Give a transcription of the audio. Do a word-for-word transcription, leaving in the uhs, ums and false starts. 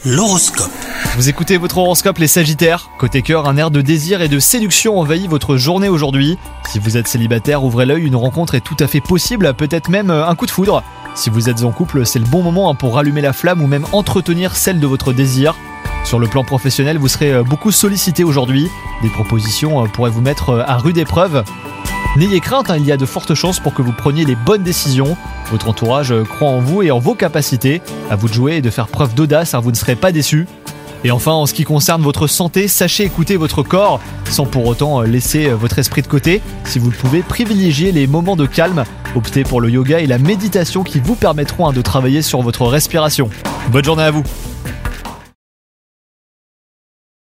L'horoscope. Vous écoutez votre horoscope les Sagittaires. Côté cœur, un air de désir et de séduction envahit votre journée aujourd'hui. Si vous êtes célibataire, ouvrez l'œil, une rencontre est tout à fait possible, peut-être même un coup de foudre. Si vous êtes en couple, c'est le bon moment pour rallumer la flamme ou même entretenir celle de votre désir. Sur le plan professionnel, vous serez beaucoup sollicité aujourd'hui. Des propositions pourraient vous mettre à rude épreuve. N'ayez crainte, hein, il y a de fortes chances pour que vous preniez les bonnes décisions. Votre entourage croit en vous et en vos capacités. À vous de jouer et de faire preuve d'audace, hein, vous ne serez pas déçus. Et enfin, en ce qui concerne votre santé, sachez écouter votre corps, sans pour autant laisser votre esprit de côté. Si vous le pouvez, privilégiez les moments de calme. Optez pour le yoga et la méditation qui vous permettront hein, de travailler sur votre respiration. Bonne journée à vous.